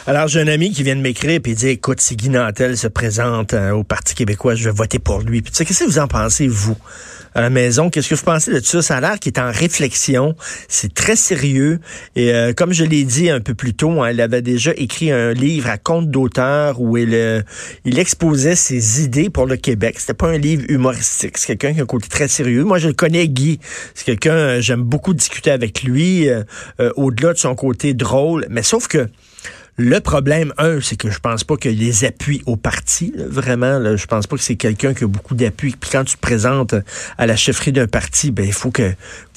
Alors, j'ai un ami qui vient de m'écrire et il dit, écoute, si Guy Nantel se présente au Parti québécois, je vais voter pour lui. Puis, tu sais, qu'est-ce que vous en pensez, vous, à la maison? Qu'est-ce que vous pensez de ça? Ça a l'air qu'il est en réflexion. C'est très sérieux. Et comme je l'ai dit un peu plus tôt, il avait déjà écrit un livre à compte d'auteur où il exposait ses idées pour le Québec. C'était pas un livre humoristique. C'est quelqu'un qui a un côté très sérieux. Moi, je le connais, Guy. C'est quelqu'un, j'aime beaucoup discuter avec lui, au-delà de son côté drôle. Mais sauf que le problème, c'est que je pense pas qu'il y ait des appuis au parti, là, vraiment. Là, je pense pas que c'est quelqu'un qui a beaucoup d'appuis. Puis quand tu te présentes à la chefferie d'un parti, il faut que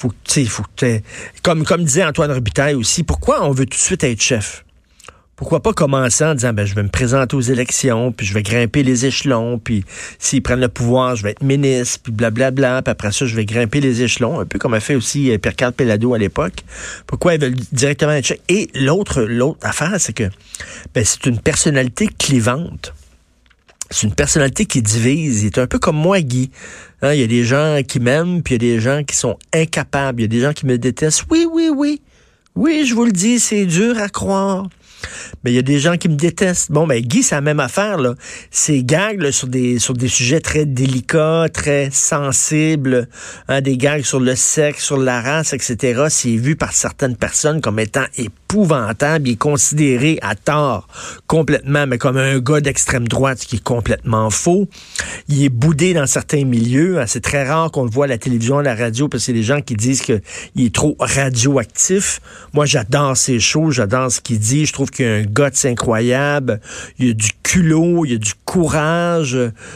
comme disait Antoine Robitaille aussi, pourquoi on veut tout de suite être chef? Pourquoi pas commencer en disant, je vais me présenter aux élections, puis je vais grimper les échelons, puis s'ils prennent le pouvoir, je vais être ministre, puis blablabla, puis après ça, je vais grimper les échelons, un peu comme a fait aussi Pierre-Carl Péladeau à l'époque. Pourquoi ils veulent directement être chef? Et l'autre affaire, c'est que c'est une personnalité clivante. C'est une personnalité qui divise. Il est un peu comme moi, Guy. Il y a des gens qui m'aiment, puis il y a des gens qui sont incapables. Il y a des gens qui me détestent. Oui. Oui, je vous le dis, c'est dur à croire. Mais il y a des gens qui me détestent. Guy, c'est la même affaire, là. Ces gags là, sur des sujets très délicats, très sensibles, des gags sur le sexe, sur la race, etc., c'est vu par certaines personnes comme étant épouvantable. Il est considéré à tort complètement, mais comme un gars d'extrême droite, ce qui est complètement faux. Il est boudé dans certains milieux. C'est très rare qu'on le voit à la télévision, à la radio, parce que c'est des gens qui disent qu'il est trop radioactif. Moi, j'adore ses shows, j'adore ce qu'il dit. Je trouve qu'il y a un guts incroyable. Il y a du culot, il y a du courage.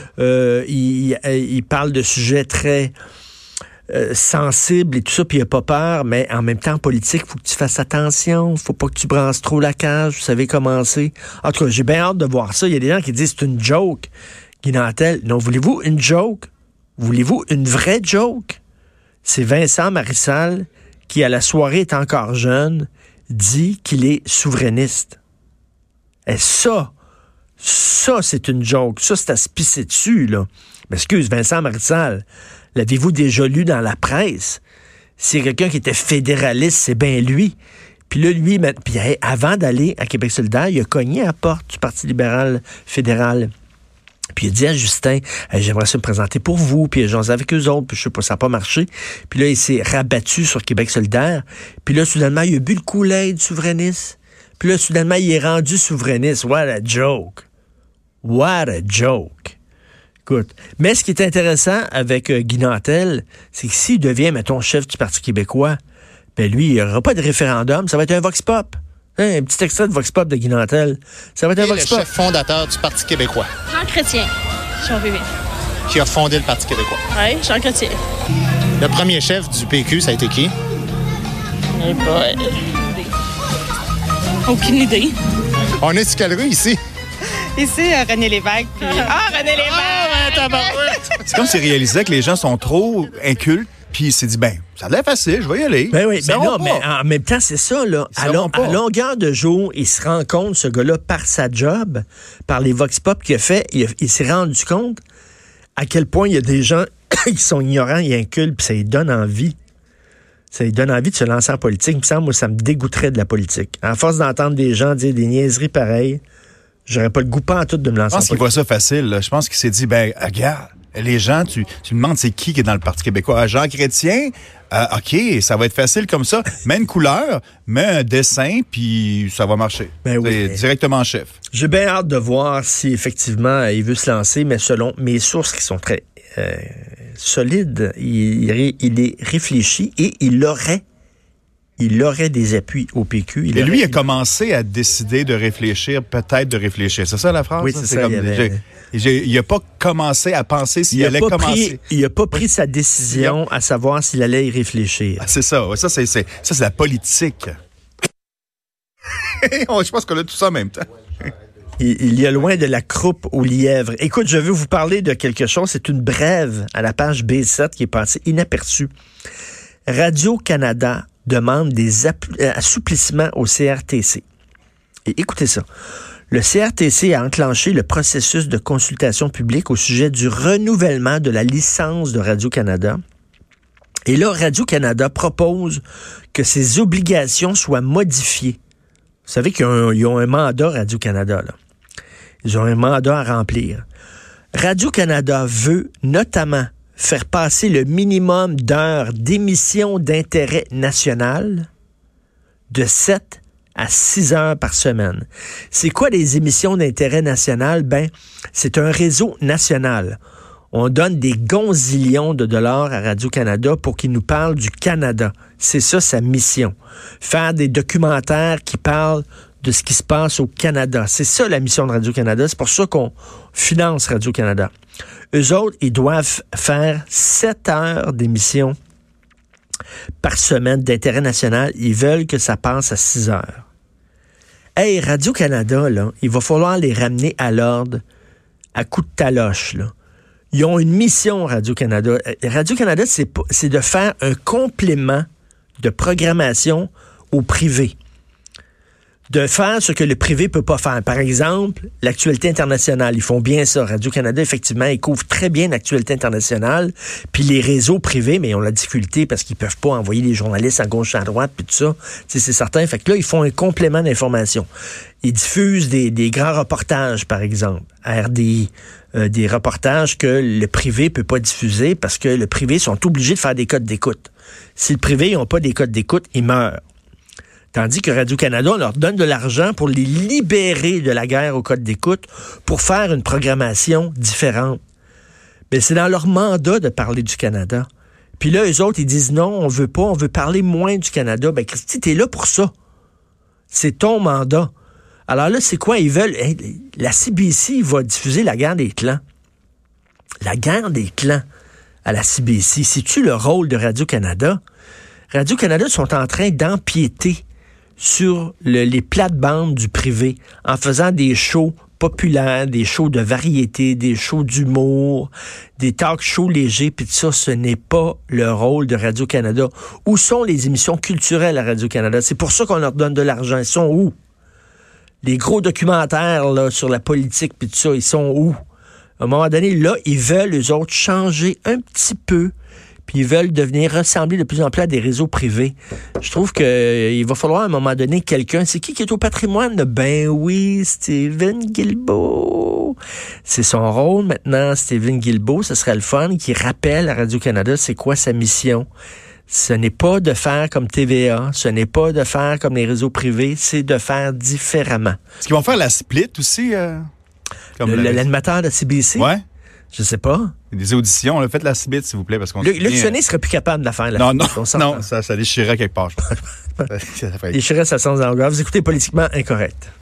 Il parle de sujets très sensibles et tout ça, puis il n'a pas peur, mais en même temps, en politique, il faut que tu fasses attention. Faut pas que tu brasses trop la cage. Vous savez comment c'est. En tout cas, j'ai bien hâte de voir ça. Il y a des gens qui disent c'est une joke. Guy Nantel, non, voulez-vous une joke? Voulez-vous une vraie joke? C'est Vincent Marissal qui, à la soirée est encore jeune, dit qu'il est souverainiste. Et ça, c'est une joke. Ça, c'est à se pisser dessus, là. Mais excuse, Vincent Marissal, l'avez-vous déjà lu dans la presse? C'est quelqu'un qui était fédéraliste, c'est bien lui. Puis là, lui, avant d'aller à Québec solidaire, il a cogné à la porte du Parti libéral fédéral. Puis il a dit à Justin, j'aimerais ça me présenter pour vous, puis j'en ai avec eux autres, puis je sais pas, ça n'a pas marché. Puis là, il s'est rabattu sur Québec solidaire. Puis là, soudainement, il a bu le Kool-Aid souverainiste. Puis là, soudainement, il est rendu souverainiste. What a joke! What a joke! Écoute, mais ce qui est intéressant avec Guy Nantel, c'est que s'il devient, mettons, chef du Parti québécois, lui, il n'y aura pas de référendum, ça va être un vox pop. Un petit extrait de vox pop de Guy Nantel. Ça va être un vox pop. Le chef fondateur du Parti québécois. Jean Chrétien, Jean PV. Qui a fondé le Parti québécois. Oui, Jean Chrétien. Le premier chef du PQ, ça a été qui? Aucune idée. On est sur quelle rue ici? Ici, René Lévesque. Puis... René Lévesque! C'est comme s'il réalisait que les gens sont trop incultes, puis il s'est dit, ça a l'air facile, je vais y aller. Mais en même temps, c'est ça, là. À longueur de jour, il se rend compte, ce gars-là, par sa job, par les vox pop qu'il a fait, il s'est rendu compte à quel point il y a des gens qui sont ignorants et incultes, puis ça lui donne envie. Ça lui donne envie de se lancer en politique. Il me semble, moi, ça me dégoûterait de la politique. À force d'entendre des gens dire des niaiseries pareilles, j'aurais pas le goût pas en tout de me lancer en politique. Je pense qu'il voit ça facile, là. Je pense qu'il s'est dit, regarde, les gens, tu me demandes c'est qui est dans le Parti québécois. Jean Chrétien, OK, ça va être facile comme ça. Mets une couleur, mets un dessin, puis ça va marcher. Oui. Directement chef. J'ai bien hâte de voir si effectivement il veut se lancer, mais selon mes sources qui sont très solides, il est réfléchi et il aurait des appuis au PQ. Il a commencé à décider de réfléchir, peut-être de réfléchir. C'est ça la phrase? Oui, c'est ça. Il n'a pas commencé à penser s'il allait commencer. Il n'a pas pris sa décision à savoir s'il allait y réfléchir. C'est ça. Ça, c'est la politique. Je pense qu'on a tout ça en même temps. Il y a loin de la croupe aux lièvres. Écoute, je veux vous parler de quelque chose. C'est une brève à la page B7 qui est passée inaperçue. Radio-Canada demande des assouplissements au CRTC. Et écoutez ça. Le CRTC a enclenché le processus de consultation publique au sujet du renouvellement de la licence de Radio-Canada. Et là, Radio-Canada propose que ces obligations soient modifiées Vous savez qu'ils ont un mandat Radio-Canada, là. Ils ont un mandat à remplir. Radio-Canada veut notamment faire passer le minimum d'heures d'émission d'intérêt national de 7 à 6 heures par semaine. C'est quoi les émissions d'intérêt national? Ben, c'est un réseau national. On donne des gonzillions de dollars à Radio-Canada pour qu'il nous parle du Canada. C'est ça sa mission. Faire des documentaires qui parlent de ce qui se passe au Canada. C'est ça la mission de Radio-Canada. C'est pour ça qu'on finance Radio-Canada. Eux autres, ils doivent faire 7 heures d'émission par semaine d'intérêt national. Ils veulent que ça passe à 6 heures. Hey, Radio-Canada, là, il va falloir les ramener à l'ordre à coups de taloche, là. Ils ont une mission, Radio-Canada. Radio-Canada, c'est de faire un complément de programmation au privé. De faire ce que le privé peut pas faire. Par exemple, l'actualité internationale. Ils font bien ça. Radio-Canada, effectivement, ils couvrent très bien l'actualité internationale. Puis les réseaux privés, mais ils ont la difficulté parce qu'ils peuvent pas envoyer les journalistes à gauche, à droite, puis tout ça. C'est certain. Fait que là, ils font un complément d'information. Ils diffusent des grands reportages, par exemple, à RDI. Des reportages que le privé peut pas diffuser parce que le privé sont obligés de faire des codes d'écoute. Si le privé n'a pas des codes d'écoute, ils meurent. Tandis que Radio-Canada, on leur donne de l'argent pour les libérer de la guerre aux codes d'écoute pour faire une programmation différente. Mais c'est dans leur mandat de parler du Canada. Puis là, eux autres, ils disent non, on veut pas, on veut parler moins du Canada. Ben, Christy, t'es là pour ça. C'est ton mandat. Alors là, c'est quoi? Ils veulent... la CBC va diffuser la guerre des clans. La guerre des clans à la CBC. C'est-tu le rôle de Radio-Canada? Radio-Canada sont en train d'empiéter sur les plates-bandes du privé en faisant des shows populaires, des shows de variété, des shows d'humour, des talk shows légers, puis tout ça, ce n'est pas le rôle de Radio-Canada. Où sont les émissions culturelles à Radio-Canada? C'est pour ça qu'on leur donne de l'argent. Ils sont où? Les gros documentaires là, sur la politique, puis tout ça, ils sont où? À un moment donné, là, ils veulent, eux autres, changer un petit peu, puis ils veulent devenir ressembler de plus en plus à des réseaux privés. Je trouve qu'il va falloir à un moment donné quelqu'un. C'est qui est au patrimoine? Ben oui, Stephen Guilbeault. C'est son rôle maintenant, Stephen Guilbeault. Ce serait le fun qu'il rappelle à Radio-Canada c'est quoi sa mission. Ce n'est pas de faire comme TVA, ce n'est pas de faire comme les réseaux privés, c'est de faire différemment. Est-ce qu'ils vont faire la split aussi? L'animateur de CBC? Ouais. Je sais pas. Des auditions, là. Faites la split, s'il vous plaît, parce qu'on... Luc Sonnet serait plus capable de la faire. Non, ça déchirait quelque part, je pense. Déchirait sa sens d'engagement. Vous écoutez Politiquement Incorrect.